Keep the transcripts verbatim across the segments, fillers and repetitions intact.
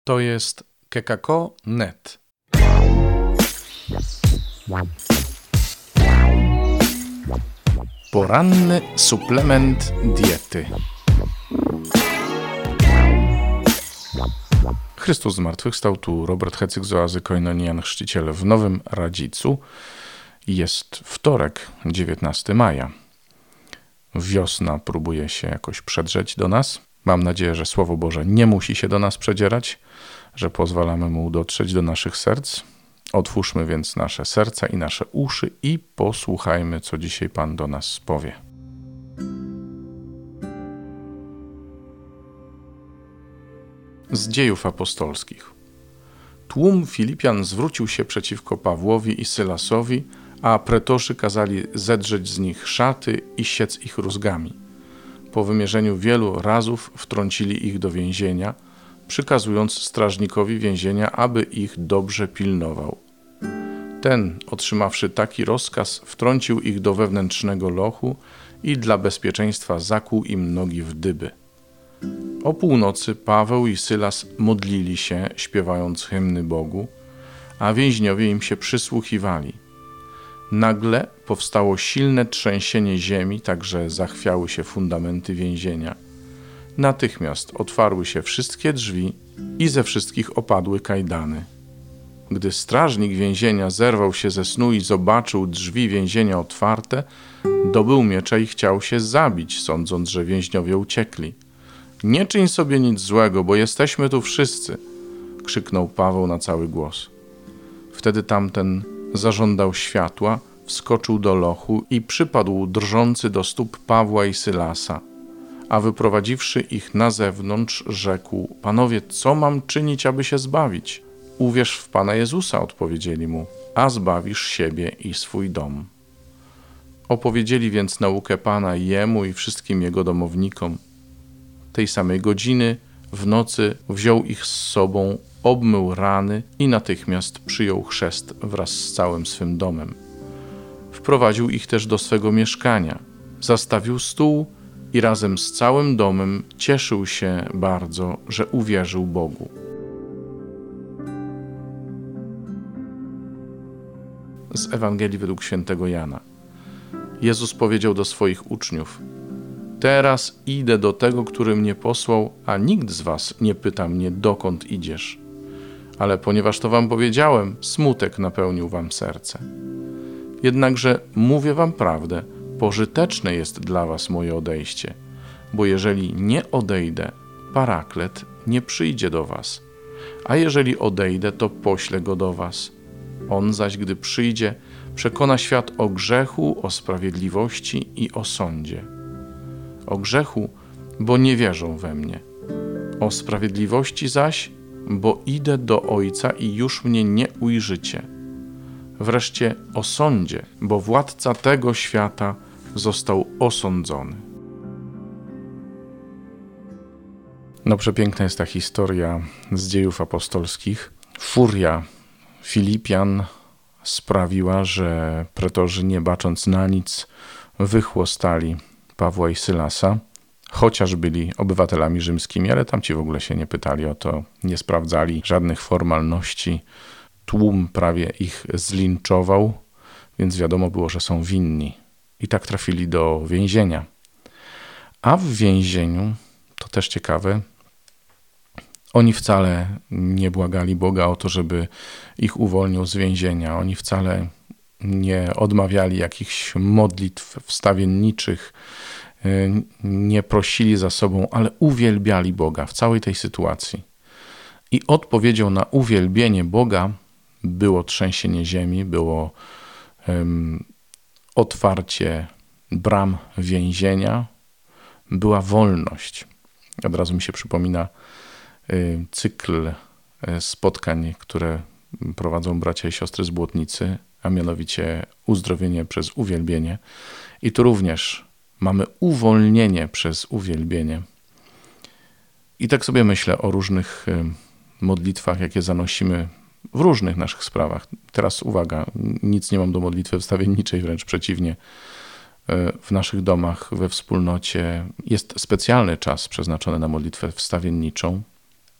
To jest kekako kropka net. Poranny suplement diety. Chrystus zmartwychwstał, tu Robert Hecyk z Oazy Koinonian Chrzciciel w Nowym Radzicu. Jest wtorek, dziewiętnastego maja. Wiosna próbuje się jakoś przedrzeć do nas. Mam nadzieję, że Słowo Boże nie musi się do nas przedzierać, że pozwalamy Mu dotrzeć do naszych serc. Otwórzmy więc nasze serca i nasze uszy i posłuchajmy, co dzisiaj Pan do nas powie. Z Dziejów Apostolskich. Tłum Filipian zwrócił się przeciwko Pawłowi i Sylasowi, a pretorzy kazali zedrzeć z nich szaty i siec ich rózgami. Po wymierzeniu wielu razów wtrącili ich do więzienia, przykazując strażnikowi więzienia, aby ich dobrze pilnował. Ten, otrzymawszy taki rozkaz, wtrącił ich do wewnętrznego lochu i dla bezpieczeństwa zakłuł im nogi w dyby. O północy Paweł i Sylas modlili się, śpiewając hymny Bogu, a więźniowie im się przysłuchiwali. Nagle powstało silne trzęsienie ziemi, tak że zachwiały się fundamenty więzienia. Natychmiast otwarły się wszystkie drzwi i ze wszystkich opadły kajdany. Gdy strażnik więzienia zerwał się ze snu i zobaczył drzwi więzienia otwarte, dobył miecza i chciał się zabić, sądząc, że więźniowie uciekli. Nie czyń sobie nic złego, bo jesteśmy tu wszyscy, krzyknął Paweł na cały głos. Wtedy tamten zażądał światła, wskoczył do lochu i przypadł drżący do stóp Pawła i Sylasa. A wyprowadziwszy ich na zewnątrz, rzekł: Panowie, co mam czynić, aby się zbawić? Uwierz w Pana Jezusa, odpowiedzieli mu, a zbawisz siebie i swój dom. Opowiedzieli więc naukę Pana jemu i wszystkim jego domownikom. Tej samej godziny w nocy wziął ich z sobą, obmył rany i natychmiast przyjął chrzest wraz z całym swym domem. Wprowadził ich też do swego mieszkania, zastawił stół i razem z całym domem cieszył się bardzo, że uwierzył Bogu. Z Ewangelii według świętego Jana. Jezus powiedział do swoich uczniów: Teraz idę do tego, który mnie posłał, a nikt z was nie pyta mnie, dokąd idziesz. Ale ponieważ to wam powiedziałem, smutek napełnił wam serce. Jednakże mówię wam prawdę, pożyteczne jest dla was moje odejście, bo jeżeli nie odejdę, Paraklet nie przyjdzie do was, a jeżeli odejdę, to poślę go do was. On zaś, gdy przyjdzie, przekona świat o grzechu, o sprawiedliwości i o sądzie. O grzechu, bo nie wierzą we mnie. O sprawiedliwości zaś, bo idę do Ojca i już mnie nie ujrzycie. Wreszcie o sądzie, bo władca tego świata został osądzony. No przepiękna jest ta historia z Dziejów Apostolskich. Furia Filipian sprawiła, że pretorzy, nie bacząc na nic, wychłostali Pawła i Sylasa, chociaż byli obywatelami rzymskimi, ale tamci w ogóle się nie pytali o to, nie sprawdzali żadnych formalności. Tłum prawie ich zlinczował, więc wiadomo było, że są winni. I tak trafili do więzienia. A w więzieniu, to też ciekawe, oni wcale nie błagali Boga o to, żeby ich uwolnił z więzienia. Oni wcale nie odmawiali jakichś modlitw wstawienniczych, nie prosili za sobą, ale uwielbiali Boga w całej tej sytuacji. I odpowiedzią na uwielbienie Boga było trzęsienie ziemi, było um, otwarcie bram więzienia, była wolność. Od razu mi się przypomina y, cykl y, spotkań, które prowadzą bracia i siostry z Błotnicy, a mianowicie uzdrowienie przez uwielbienie. I tu również mamy uwolnienie przez uwielbienie. I tak sobie myślę o różnych y, modlitwach, jakie zanosimy w różnych naszych sprawach. Teraz uwaga, nic nie mam do modlitwy wstawienniczej, wręcz przeciwnie. W naszych domach, we wspólnocie jest specjalny czas przeznaczony na modlitwę wstawienniczą.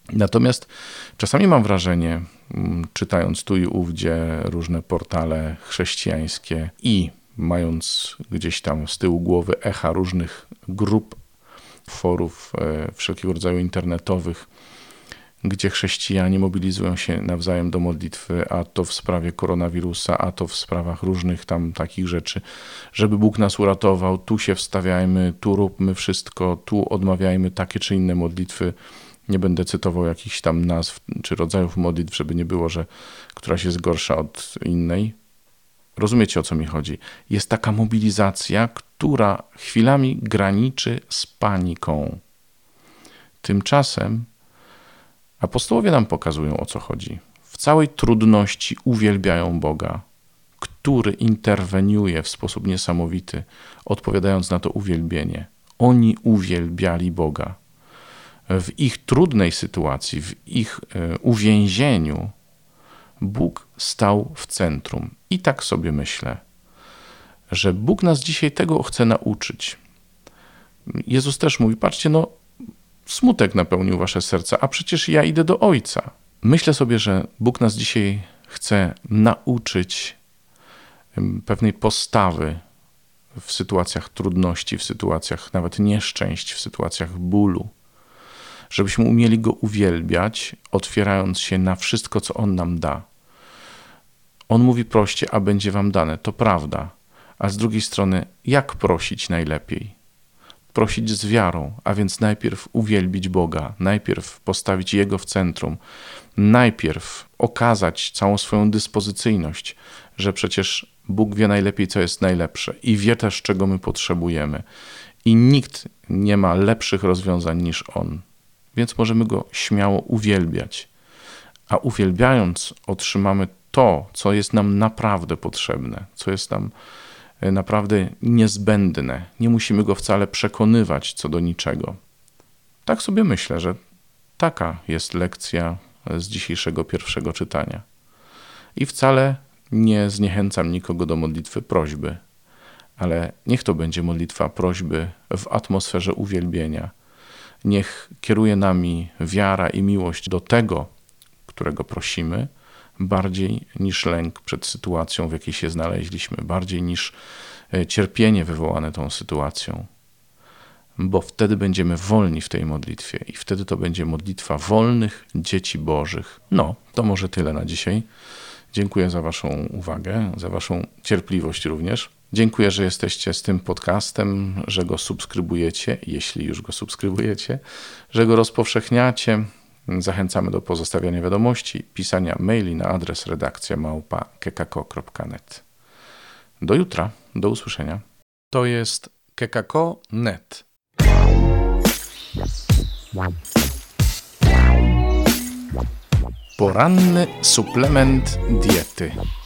Natomiast czasami mam wrażenie, czytając tu i ówdzie różne portale chrześcijańskie i mając gdzieś tam z tyłu głowy echa różnych grup, forów wszelkiego rodzaju internetowych, gdzie chrześcijanie mobilizują się nawzajem do modlitwy, a to w sprawie koronawirusa, a to w sprawach różnych tam takich rzeczy, żeby Bóg nas uratował, tu się wstawiajmy, tu róbmy wszystko, tu odmawiajmy takie czy inne modlitwy. Nie będę cytował jakichś tam nazw czy rodzajów modlitw, żeby nie było, że któraś jest gorsza od innej. Rozumiecie, o co mi chodzi? Jest taka mobilizacja, która chwilami graniczy z paniką. Tymczasem apostołowie nam pokazują, o co chodzi. W całej trudności uwielbiają Boga, który interweniuje w sposób niesamowity, odpowiadając na to uwielbienie. Oni uwielbiali Boga. W ich trudnej sytuacji, w ich uwięzieniu Bóg stał w centrum. I tak sobie myślę, że Bóg nas dzisiaj tego chce nauczyć. Jezus też mówi, patrzcie, no smutek napełnił wasze serca, a przecież ja idę do Ojca. Myślę sobie, że Bóg nas dzisiaj chce nauczyć pewnej postawy w sytuacjach trudności, w sytuacjach nawet nieszczęść, w sytuacjach bólu. Żebyśmy umieli Go uwielbiać, otwierając się na wszystko, co On nam da. On mówi proście, a będzie wam dane. To prawda. A z drugiej strony, jak prosić najlepiej? Prosić z wiarą, a więc najpierw uwielbić Boga, najpierw postawić Jego w centrum, najpierw okazać całą swoją dyspozycyjność, że przecież Bóg wie najlepiej, co jest najlepsze i wie też, czego my potrzebujemy. I nikt nie ma lepszych rozwiązań niż On. Więc możemy Go śmiało uwielbiać. A uwielbiając otrzymamy to, co jest nam naprawdę potrzebne, co jest nam naprawdę niezbędne. Nie musimy Go wcale przekonywać co do niczego. Tak sobie myślę, że taka jest lekcja z dzisiejszego pierwszego czytania. I wcale nie zniechęcam nikogo do modlitwy prośby, ale niech to będzie modlitwa prośby w atmosferze uwielbienia. Niech kieruje nami wiara i miłość do tego, którego prosimy, bardziej niż lęk przed sytuacją, w jakiej się znaleźliśmy, bardziej niż cierpienie wywołane tą sytuacją. Bo wtedy będziemy wolni w tej modlitwie i wtedy to będzie modlitwa wolnych dzieci Bożych. No, to może tyle na dzisiaj. Dziękuję za waszą uwagę, za waszą cierpliwość również. Dziękuję, że jesteście z tym podcastem, że go subskrybujecie, jeśli już go subskrybujecie, że go rozpowszechniacie. Zachęcamy do pozostawiania wiadomości, pisania maili na adres redakcja małpa kekako kropka net. Do jutra, do usłyszenia. To jest kekako kropka net. Poranny suplement diety.